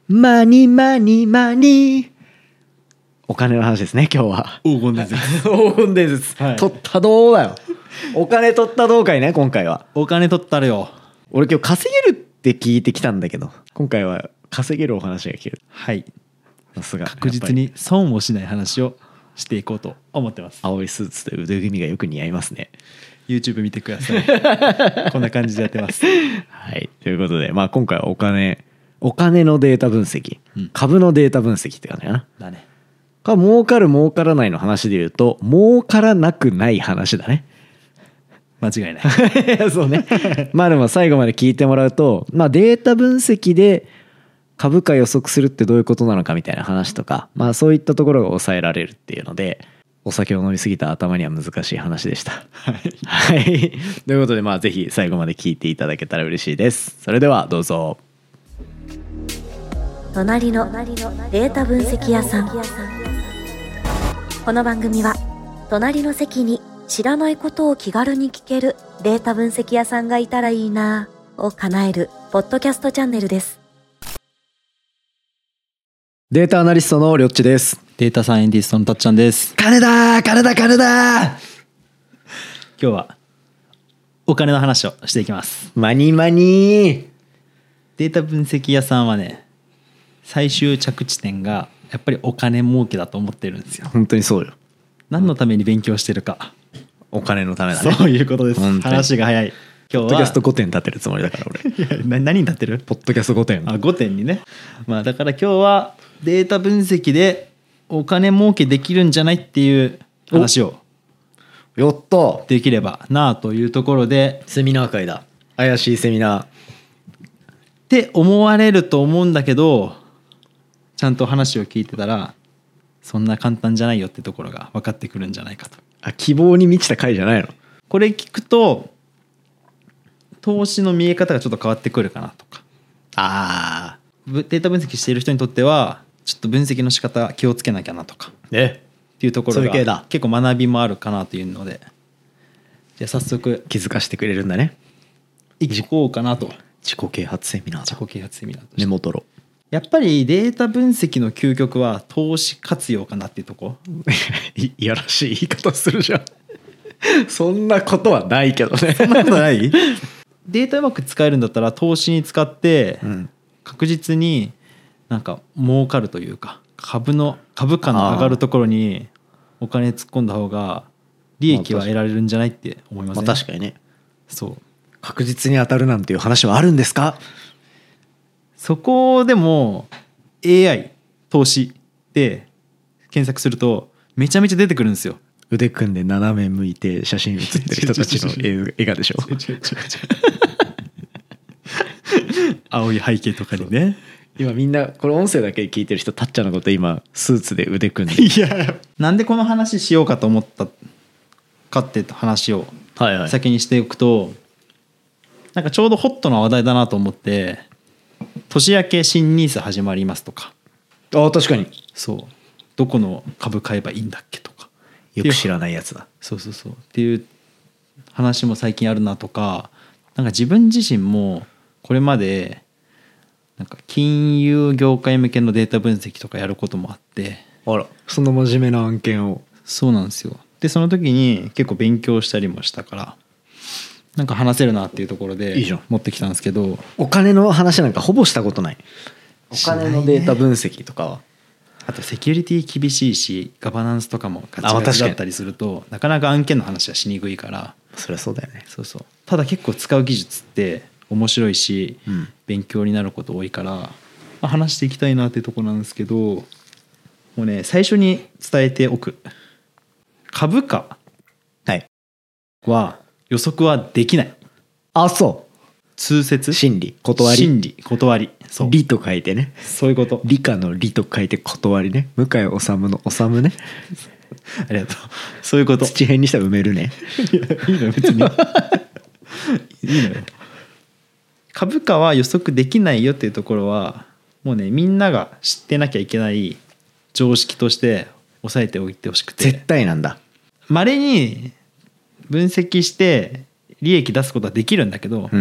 マニマニマニ。お金の話ですね今日は。 黄金伝説黄金伝説、 はい取ったどうだよ。お金取ったどうかいね今回は。 お金取ったるよ。 俺今日稼げるって聞いてきたんだけど、今回は稼げるお話が聞ける。 はいさすが確実に損をしない話をしていこうと思ってます。 青いスーツで腕組みがよく似合いますね。 YouTube 見てくださいこんな感じでやってます。 はいということで、まあ、今回はお金のデータ分析、 うん株のデータ分析って感じかな。 だね。 儲かる儲からないの話で言うと儲からなくない話だね。 間違いないそうね。まあでも最後まで聞いてもらうと、まあ、データ分析で株価予測するってどういうことなのかみたいな話とか、まあそういったところが抑えられるっていうので、お酒を飲みすぎた頭には難しい話でした。はい。ということで、まあぜひ最後まで聞いていただけたら嬉しいです。それではどうぞ。 隣のデータ分析屋さん。この番組は隣の席に知らないことを気軽に聞けるデータ分析屋さんがいたらいいなぁを叶えるポッドキャストチャンネルです。 データアナリストのりょっちです。 データサイエンティストのたっちゃんです。 金だ金だ金だ。 今日はお金の話をしていきます。 マニマニ。 データ分析屋さんはね、最終着地点がやっぱりお金儲けだと思ってるんですよ。 本当にそうよ。 何のために勉強してるか、 お金のためだね。 そういうことです。 本当に話が早い。今日はポッドキャスト5点立てるつもりだから俺。 いや何に立ってる？ ポッドキャスト5点。 あ、5点にね。まあだから今日はデータ分析でお金儲けできるんじゃないっていう話をやったできればなあというところで、 セミナー会だ。怪しいセミナー。 って思われると思うんだけど、ちゃんと話を聞いてたらそんな簡単じゃないよってところが分かってくるんじゃないかと。 あ、希望に満ちた回じゃないの？ これ聞くと投資の見え方がちょっと変わってくるかなとか、 あデータ分析している人にとってはちょっと分析の仕方気をつけなきゃなとかあ。ね。 っていうところそういう系だが結構学びもあるかなというので、じゃあ早速気づかせてくれるんだね。 行こうかなと。 自己啓発セミナーだ。 自己啓発セミナーとしてメモ取ろやっぱりデータ分析の究極は投資活用かなっていうとこ。 いやらしい言い方するじゃん。そんなことはないけどね。 そんなことないデータうまく使えるんだったら投資に使ってうん。 確実になんか儲かるというか、株価の上がるところにお金突っ込んだ方が利益は得られるんじゃないって思いますまね。 あ確かにね。 そう。 確実に当たるなんていう話はあるんですか？ そこでも AI 投資で検索するとめちゃめちゃ出てくるんですよ。 腕組んで斜め向いて写真写ってる人たちの映画でしょ。 青い背景とかにね。 今みんなこれ音声だけ聞いてる人、タッチャーのこと今スーツで腕組んで。 いや、なんでこの話しようかと思ったかって話をはいはい。 先にしておくと、なんかちょうどホットな話題だなと思って、年明け新ニース始まりますとか、 あ、確かにそう、どこの株買えばいいんだっけとか、 よく知らないやつだ。 そうそうそうっていう話も最近あるなとか、なんか自分自身もこれまでなんか金融業界向けのデータ分析とかやることもあって。 あら、その真面目な案件を。 そうなんですよ。でその時に結構勉強したりもしたから、なんか話せるなっていうところでいいじゃん持ってきたんですけど、 お金の話なんかほぼしたことない。おしないね金のデータ分析とかは。 あとセキュリティ厳しいしガバナンスとかもガチあ確かにガチだったりするとなかなか案件の話はしにくいから。 そりゃそうだよね。 そうそう。ただ結構使う技術って面白いし、 うん勉強になること多いから、まあ話していきたいなっていうところなんですけど、もうね最初に伝えておく、株価はい。 は予測はできない。 あ、そ通説、 う。心理、断り。 心理、断り、そう理と書いてね。 そういうこと。 理科の理と書いて断りね。向井治の治ね。 ありがとう。そういうこと。 土辺にしたら埋めるね。 いやいいのよ別にいいのよ。株価は予測できないよっていうところはもうね、みんなが知ってなきゃいけない常識として押さえておいてほしくて、 絶対なんだ。 稀に分析して利益出すことはできるんだけど、 うん。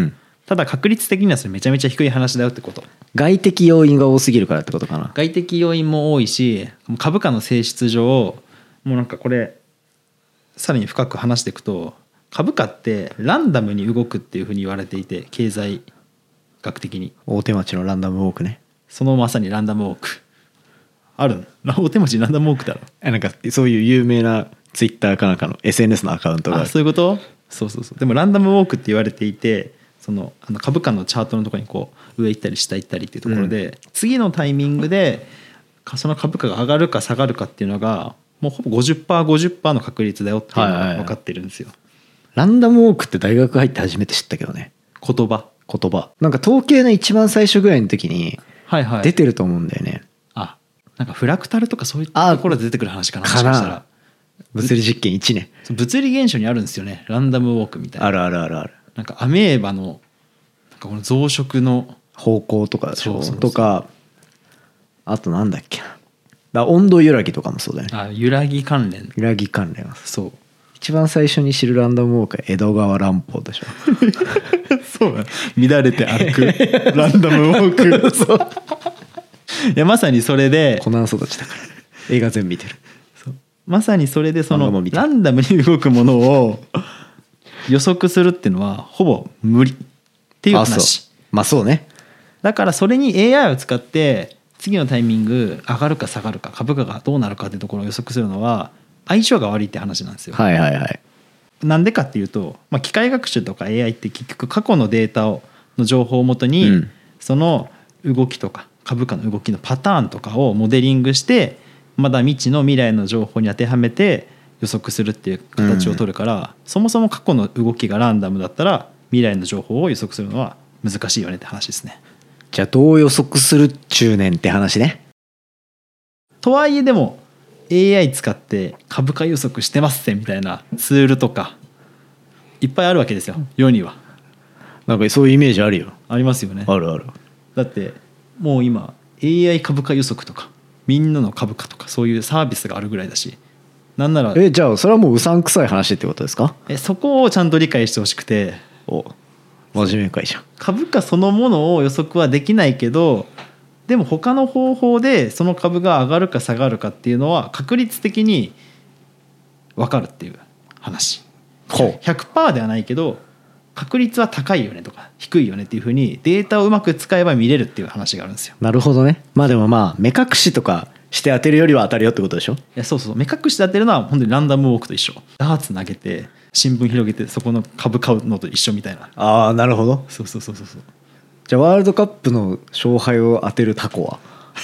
ただ確率的にはそれめちゃめちゃ低い話だよってこと。 外的要因が多すぎるからってことかな。 外的要因も多いし、株価の性質上もうなんかこれさらに深く話していくと、株価ってランダムに動くっていうふうに言われていて、経済学的に大手町のランダムウォークね。 そのまさにランダムウォークあるの。大手町ランダムウォークだろ。 なんかそういう有名なツイッターかなんかの SNS のアカウントがある。 そういうこと。そうそうそう。でもランダムウォークって言われていて、その株価のチャートのところにこう上行ったり下行ったりっていうところで、次のタイミングでその株価が上がるか下がるかっていうのがもうほぼ 50%50% の確率だよっていうのが分かってるんですよ。 ランダムウォークって大学入って初めて知ったけどね。 言葉なんか統計の一番最初ぐらいの時にはいはい出てると思うんだよね。 あ、なんかフラクタルとかそういうところで出てくる話かな。もしかしたら物理実験1ね。 物理現象にあるんですよね、ランダムウォークみたいな。 あるあるあるある。 なんかアメーバのなんかこの増殖の方向とかでしょ。 そうそうそうとかあとなんだっけな、だ温度揺らぎとかもそうだよね。 揺らぎ関連。 揺らぎ関連はそう一番最初に知るランダムウォークは江戸川乱歩でしょ。 そうだ、乱れて歩くランダムウォークそういやまさにそれでコナン育ちだから映画全部見てる。 まさにそれでその漫画も見てるランダムに動くものを予測するっていうのはほぼ無理っていう話。 まあそうね。 だからそれに AI を使って次のタイミング上がるか下がるか株価がどうなるかっていうところを予測するのは相性が悪いって話なんですよ。 はいはいはい。 なんでかっていうと、機械学習とか AI って結局過去のデータの情報をもとに、その動きとか株価の動きのパターンとかをモデリングしてまだ未知の未来の情報に当てはめて予測するっていう形を取るから、そもそも過去の動きがランダムだったら未来の情報を予測するのは難しいよねって話ですね。 じゃあどう予測するっちゅうねんって話ね。 とはいえでも AI 使って株価予測してますってみたいなツールとかいっぱいあるわけですよ、世には。 なんかそういうイメージあるよ。 ありますよね。 あるある。 だってもう今 AI 株価予測とかみんなの株価とかそういうサービスがあるぐらいだし、なんならじゃあそれはもううさんくさい話ってことですか。 そこをちゃんと理解してほしくて。 お真面目かいじゃん。 株価そのものを予測はできないけど、でも他の方法でその株が上がるか下がるかっていうのは確率的に分かるっていう話。100% ではないけど確率は高いよねとか低いよねっていうふうにデータをうまく使えば見れるっていう話があるんですよ。 なるほどね。まあでも目隠しとかして当てるよりは当たるよってことでしょ。 いやそうそう、目隠しで当てるのは本当にランダムウォークと一緒。ダーツ投げて新聞広げてそこの株買うのと一緒みたいな。 ああなるほど。 そう。 じゃあワールドカップの勝敗を当てるタコは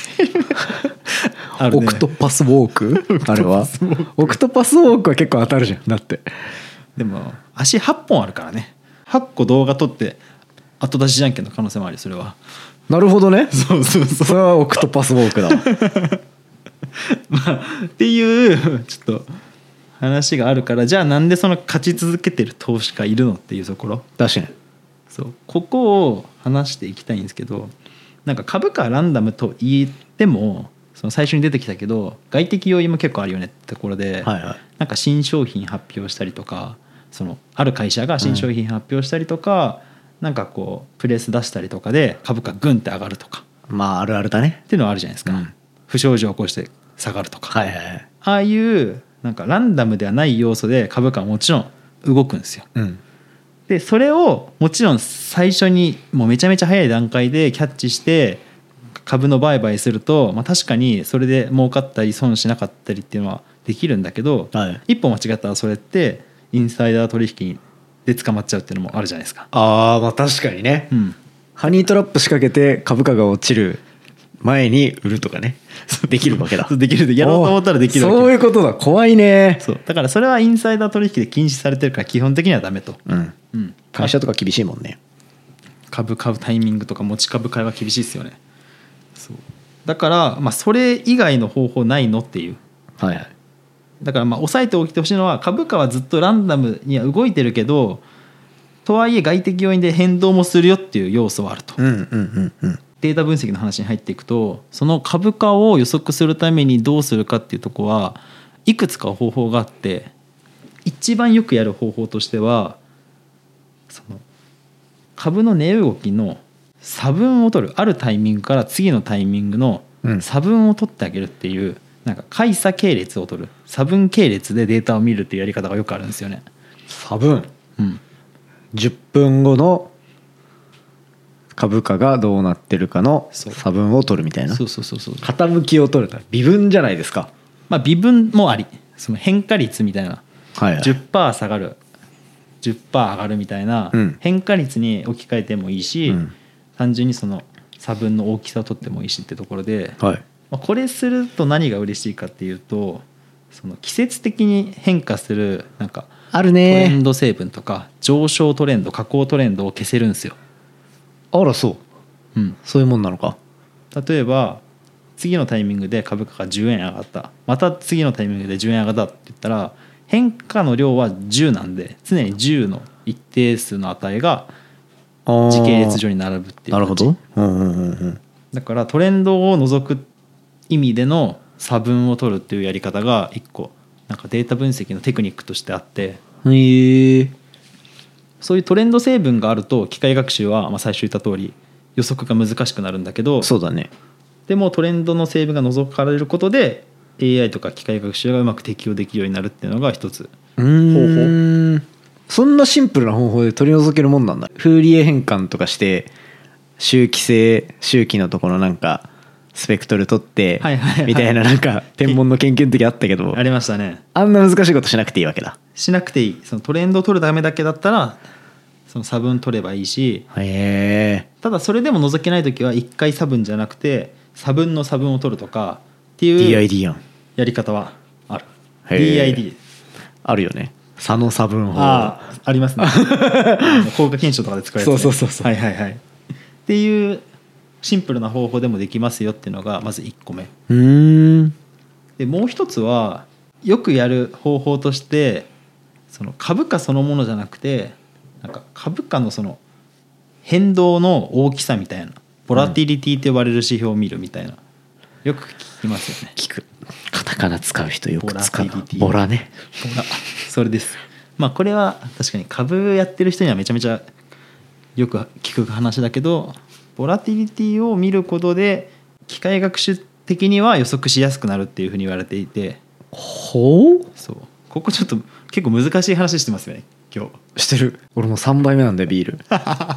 あるね。 オクトパスウォークあれはオクトパスウォークは結構当たるじゃん。だってでも足8本あるからね。8個動画撮って後出しじゃんけんの可能性もあるよそれは。 なるほどね。 そうそれはオクトパスウォークだわっていうちょっと話があるから、じゃあなんでその勝ち続けてる投資家いるのっていうところ。 確かに。 そうここを話していきたいんですけど、なんか株価はランダムと言ってもその最初に出てきたけど外的要因も結構あるよねってところで、なんか新商品発表したりとか、そのある会社が新商品発表したりとか、なんかこうプレス出したりとかで株価グンって上がるとか、 あるあるだねっていうのはあるじゃないですか、不祥事を起こして下がるとか、 ああいうなんかランダムではない要素で株価はもちろん動くんですよ。でそれをもちろん最初にもうめちゃめちゃ早い段階でキャッチして株の売買すると、確かにそれで儲かったり損しなかったりっていうのはできるんだけど、一歩間違ったらそれってインサイダー取引で捕まっちゃうっていうのもあるじゃないですか。 確かにね、ハニートラップ仕掛けて株価が落ちる前に売るとかねできるわけだ。 できる、やろうと思ったらできるわけ。 そういうことだ。怖いね。 そうだからそれはインサイダー取引で禁止されてるから基本的にはダメと、 会社とか厳しいもんね。 株買うタイミングとか持ち株買いは厳しいですよね。そうだからそれ以外の方法ないのっていう。だから押さえておいてほしいのは、株価はずっとランダムには動いてるけど、とはいえ外的要因で変動もするよっていう要素はあると。データ分析の話に入っていくと、その株価を予測するためにどうするかっていうところはいくつか方法があって、一番よくやる方法としてはその株の値動きの差分を取る、あるタイミングから次のタイミングの差分を取ってあげるっていう、なんか開差系列を取る、差分系列でデータを見るっていうやり方がよくあるんですよね。 差分、 うん、 10分後の株価がどうなってるかの差分を取るみたいな。 そうそうそうそう。 傾きを取る、微分じゃないですか。 まあ微分もあり、その変化率みたいな、 はいはい、 10% 下がる 10% 上がるみたいな変化率に置き換えてもいいし、 うん、 単純にその差分の大きさを取ってもいいしってところで、 はい、 まあ、これすると何が嬉しいかっていうと、その季節的に変化するなんかあるトレね。 ンド成分とか上昇トレンド下降トレンドを消せるんですよ。 あらそう、 うん、 そういうもんなのか。 例えば次のタイミングで株価が10円上がった、また次のタイミングで10円上がったって言ったら、変化の量は10なんで、常に10の一定数の値が時系列上に並ぶっていう。 なるほど、うんうんうんうん、だからトレンドを除く意味での差分を取るっていうやり方が一個なんかデータ分析のテクニックとしてあって、 へえ。 そういうトレンド成分があると機械学習はまあ最初言った通り予測が難しくなるんだけど、 そうだね。 でもトレンドの成分が除かれることで AI とか機械学習がうまく適用できるようになるっていうのが一つ方法。 そんなシンプルな方法で取り除けるもんなんだ。フーリエ変換とかして周期性、周期のところなんかスペクトル取ってみたいな、なんか天文の研究の時あったけど、 ありましたね。 あんな難しいことしなくていいわけだ。 しなくていい。そのトレンドを取るためだけだったらその差分取ればいいし、 へえ。 ただそれでも除けない時は1回差分じゃなくて差分の差分を取るとかっていう DID やん。 やり方はある。 へー DID あるよね。差の差分法。 ありますね。効果検証とかで使うやつ、ね、 そうはいはいはい。っていうシンプルな方法でもできますよっていうのがまず1個目で、もう一つはよくやる方法として、その株価そのものじゃなくて、なんか株価のその変動の大きさみたいな、ボラティリティって呼ばれる指標を見るみたいな、よく聞きますよね。 聞く。カタカナ使う人よく使う。 ボラティリティ、 ボラね。 ボラ、それです。まあこれは確かに株やってる人にはめちゃめちゃよく聞く話だけど、ボラティリティを見ることで機械学習的には予測しやすくなるっていうふうに言われていて、 ほう。 そう、ここちょっと結構難しい話してますよね今日。 してる。俺も3杯目なんだよビール。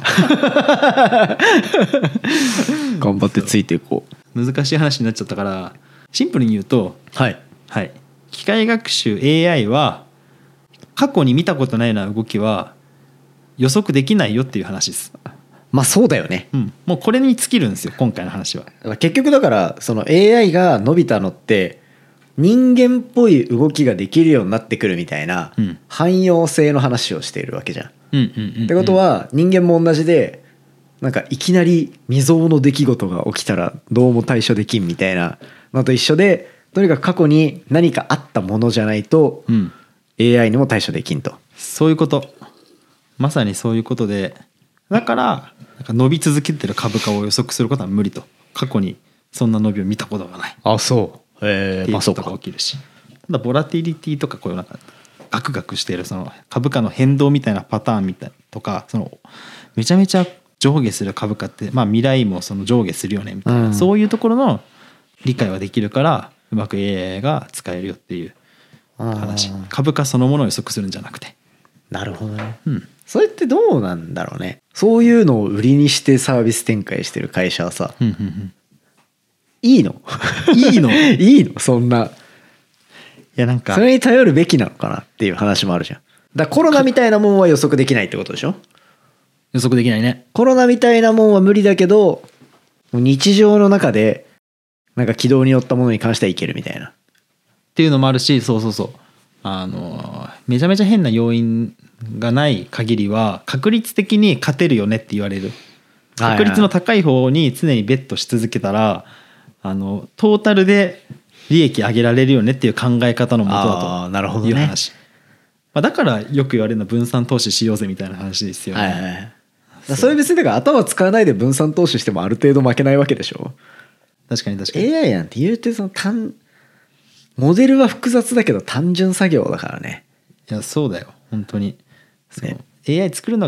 頑張ってついていこう。難しい話になっちゃったからシンプルに言うと、 はいはい、機械学習 AI は過去に見たことないような動きは予測できないよっていう話です。 まあそうだよね、 うん、もうこれに尽きるんですよ今回の話は。 結局だからその AI が伸びたのって人間っぽい動きができるようになってくるみたいな汎用性の話をしているわけじゃん。ってことは人間も同じで、なんかいきなり未曾有の出来事が起きたらどうも対処できんみたいなのと一緒で、とにかく過去に何かあったものじゃないと AI にも対処できんと、 そういうこと、まさにそういうことで、だからなんか伸び続けてる株価を予測することは無理と。過去にそんな伸びを見たことがない。 あ、そう。 っていうことが起きるし、ただボラティリティとかこういうなんかガクガクしているその株価の変動みたいなパターンみたいとか、そのめちゃめちゃ上下する株価ってまあ未来もその上下するよねみたいな、そういうところの理解はできるからうまく AI が使えるよっていう話。株価そのものを予測するんじゃなくて。 なるほどね、それってどうなんだろうね。そういうのを売りにしてサービス展開してる会社はさ、いいのいいのいいのそんな。いやなんかそれに頼るべきなのかなっていう話もあるじゃん。だからコロナみたいなもんは予測できないってことでしょ。 予測できないね。 コロナみたいなもんは無理だけど、日常の中でなんか軌道に乗ったものに関してはいけるみたいなっていうのもあるし、そうめちゃめちゃ変な要因がない限りは確率的に勝てるよねって言われる。確率の高い方に常にベットし続けたらトータルで利益上げられるよねっていう考え方のもとだという話。だからよく言われるのは分散投資しようぜみたいな話ですよね。 それ別にだから頭使わないで分散投資してもある程度負けないわけでしょ。 確かに確かに。 AI なんて言うてそのモデルは複雑だけど単純作業だからね。 いやそうだよ本当に、ね、AI 作るのが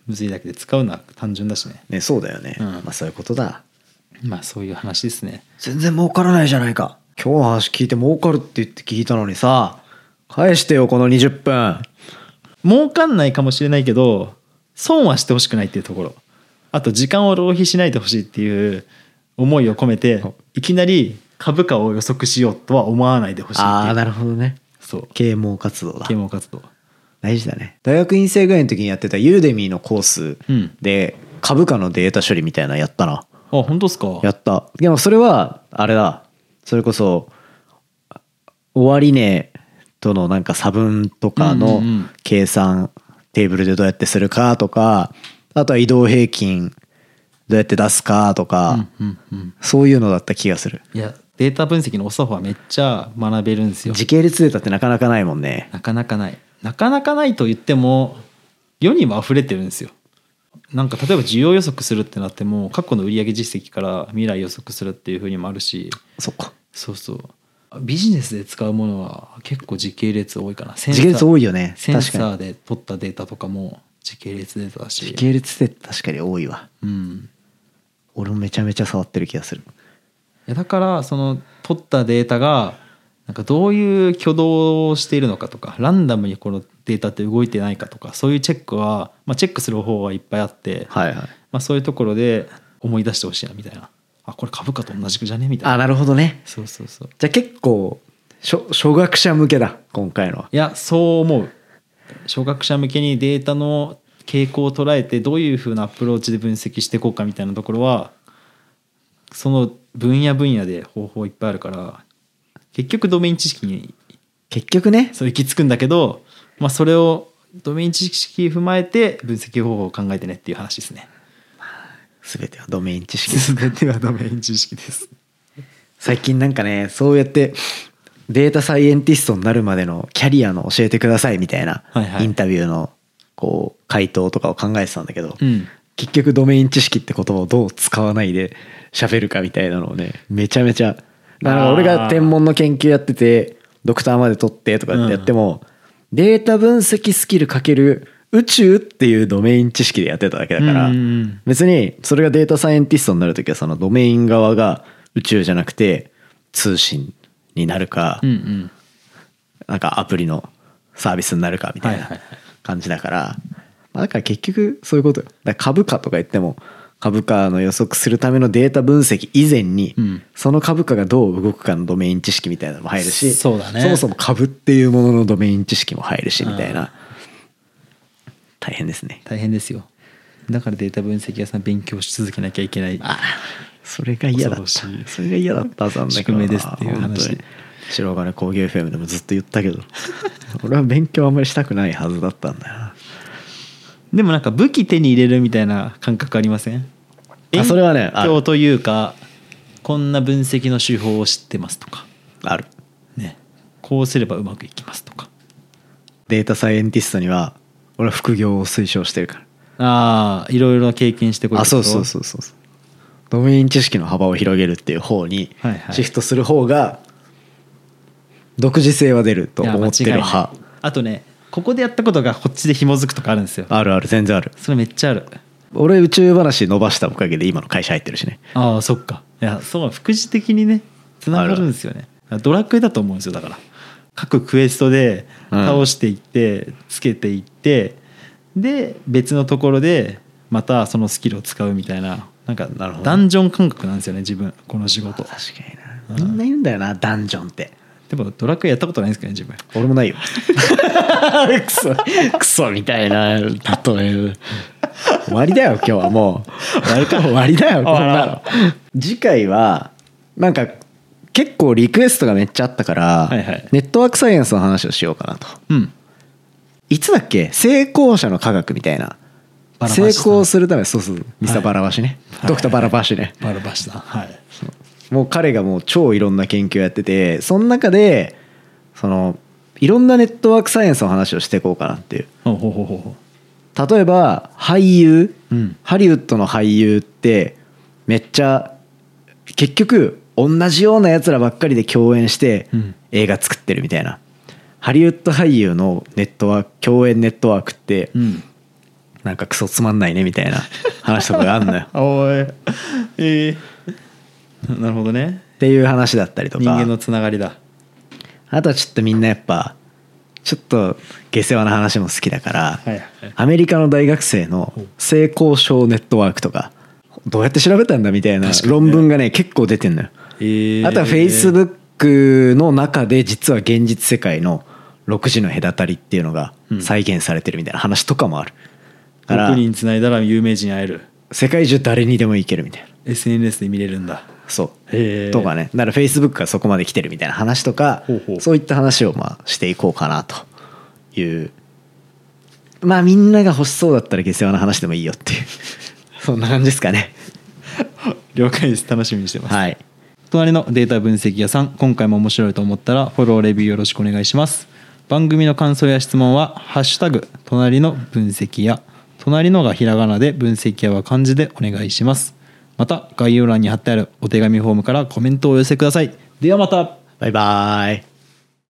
むずいだけで使うのは単純だしね。 ね、そうだよね、まあそういうことだ。 まあそういう話ですね。 全然儲からないじゃないか。今日の話聞いて儲かるって言って聞いたのにさ、返してよこの20分。 儲かんないかもしれないけど損はしてほしくないっていうところ、あと時間を浪費しないでほしいっていう思いを込めて、いきなり株価を予測しようとは思わないでほしいっていう。 ああ、なるほどね。 そう、 啓蒙活動だ。 啓蒙活動大事だね。大学院生ぐらいの時にやってたユーデミーのコースで株価のデータ処理みたいなのやったな。 あ、本当ですか。 やった。でもそれはあれだ、それこそ終値とのなんか差分とかの計算、テーブルでどうやってするかとか、あとは移動平均どうやって出すかとか、そういうのだった気がする。 いやデータ分析のお作法はめっちゃ学べるんですよ。 時系列データってなかなかないもんね。 なかなかないと言っても世にも溢れてるんですよ。なんか例えば需要予測するってなっても過去の売上実績から未来予測するっていう風にもあるし、 そっか。 そうそう、ビジネスで使うものは結構時系列多いかな。 時系列多いよね。 センサ確かにーで取ったデータとかも時系列データだし、 時系列データ確かに多いわ。 うん俺もめちゃめちゃ触ってる気がする。 いやだからその取ったデータがなんかどういう挙動をしているのかとか、ランダムにこのデータって動いてないかとか、そういうチェックは、まあ、チェックする方法はいっぱいあって、 はいはい。 まあ、そういうところで思い出してほしいなみたいな。あ、これ株価と同じくじゃねみたいな。 あ、なるほどね。 そうそうそう。 じゃあ結構初学者向けだ今回のは。 いやそう思う。初学者向けにデータの傾向を捉えてどういうふうなアプローチで分析していこうかみたいなところは、その分野で方法いっぱいあるから、結局ドメイン知識に結局ね。 そう行き着くんだけど、まあ、それをドメイン知識踏まえて分析方法を考えてねっていう話ですね。 全てはドメイン知識。 全てはドメイン知識です。 最近なんかね、そうやってデータサイエンティストになるまでのキャリアの教えてくださいみたいなインタビューのこう回答とかを考えてたんだけど、結局ドメイン知識って言葉をどう使わないで喋るかみたいなのをね、めちゃめちゃ、だから俺が天文の研究やっててドクターまで取ってとかってやっても、データ分析スキルかける宇宙っていうドメイン知識でやってただけだから、別にそれがデータサイエンティストになるときはそのドメイン側が宇宙じゃなくて通信になるか、なんかアプリのサービスになるかみたいな感じだから、だから結局そういうことよ。だから株価とか言っても株価の予測するためのデータ分析以前に、その株価がどう動くかのドメイン知識みたいなのも入るし、 そうだね、 そもそも株っていうもののドメイン知識も入るしみたいな、大変ですね。 大変ですよ。だからデータ分析屋さん勉強し続けなきゃいけない。 それが嫌だった。それが嫌だったはずなんだけどな。 宿命ですっていう話。 白金工業 FM でもずっと言ったけど俺は勉強あんまりしたくないはずだったんだよな。 でもなんか武器手に入れるみたいな感覚ありません？ それはね、 勉強というか、こんな分析の手法を知ってますとか、 あるね、こうすればうまくいきますとか。 データサイエンティストには俺は副業を推奨してるから。 ああ、いろいろな経験してこい。 そうドメイン知識の幅を広げるっていう方にシフトする方が独自性は出ると思ってる派。 あとね、ここでやったことがこっちで紐づくとかあるんですよ。 ある全然ある。 それめっちゃある。 俺宇宙話伸ばしたおかげで今の会社入ってるしね。 ああ、そっか。いや、そう、副次的にねつながるんですよね。ドラクエだと思うんですよ。だから各クエストで倒していって、つけていって、で別のところでまたそのスキルを使うみたいな、なんかダンジョン感覚なんですよね、自分この仕事。 確かにな、みんな言うんだよな、ダンジョンって。 でもドラクエやったことないんですかね、自分。 俺もないよクソみたいな例え。終わりだよ今日は。もう終わりだよこんなの。次回はなんか結構リクエストがめっちゃあったから、ネットワークサイエンスの話をしようかなと。いつだっけ、成功者の科学みたいな、成功するため、ミスターバラバシね、ドクターバラバシね、 バラバシさん、 もう彼がもう超いろんな研究をやってて、その中でそのいろんなネットワークサイエンスの話をしていこうかなっていう。例えば俳優、ハリウッドの俳優ってめっちゃ結局同じようなやつらばっかりで共演して映画作ってるみたいな。ハリウッド俳優のネットワーク、共演ネットワークってなんかクソつまんないねみたいな話とかがあんのよおいなるほどね。 っていう話だったりとか、 人間のつながりだ。 あとはちょっとみんなやっぱちょっと下世話な話も好きだから、 はいはい。 アメリカの大学生の性交渉ネットワークとかどうやって調べたんだみたいな確かにね論文がね結構出てんのよ。あとはフェイスブックの中で実は現実世界の6時の隔たりっていうのが再現されてるみたいな話とかもあるから 6人つないだら有名人会える。 世界中誰にでも行けるみたいな。 SNS で見れるんだ。 そうとかね。だからフェイスブックがそこまで来てるみたいな話とか、 ほうほうそういった話をまあしていこうかなという。まあみんなが欲しそうだったら下世話な話でもいいよっていうそんな感じですかね。 了解です。楽しみにしてます。 はい。 隣のデータ分析屋さん、今回も面白いと思ったらフォローレビューよろしくお願いします。番組の感想や質問はハッシュタグ隣の分析屋、隣のがひらがなで分析屋は漢字でお願いします。また概要欄に貼ってあるお手紙フォームからコメントをお寄せください。ではまた。 バイバイ。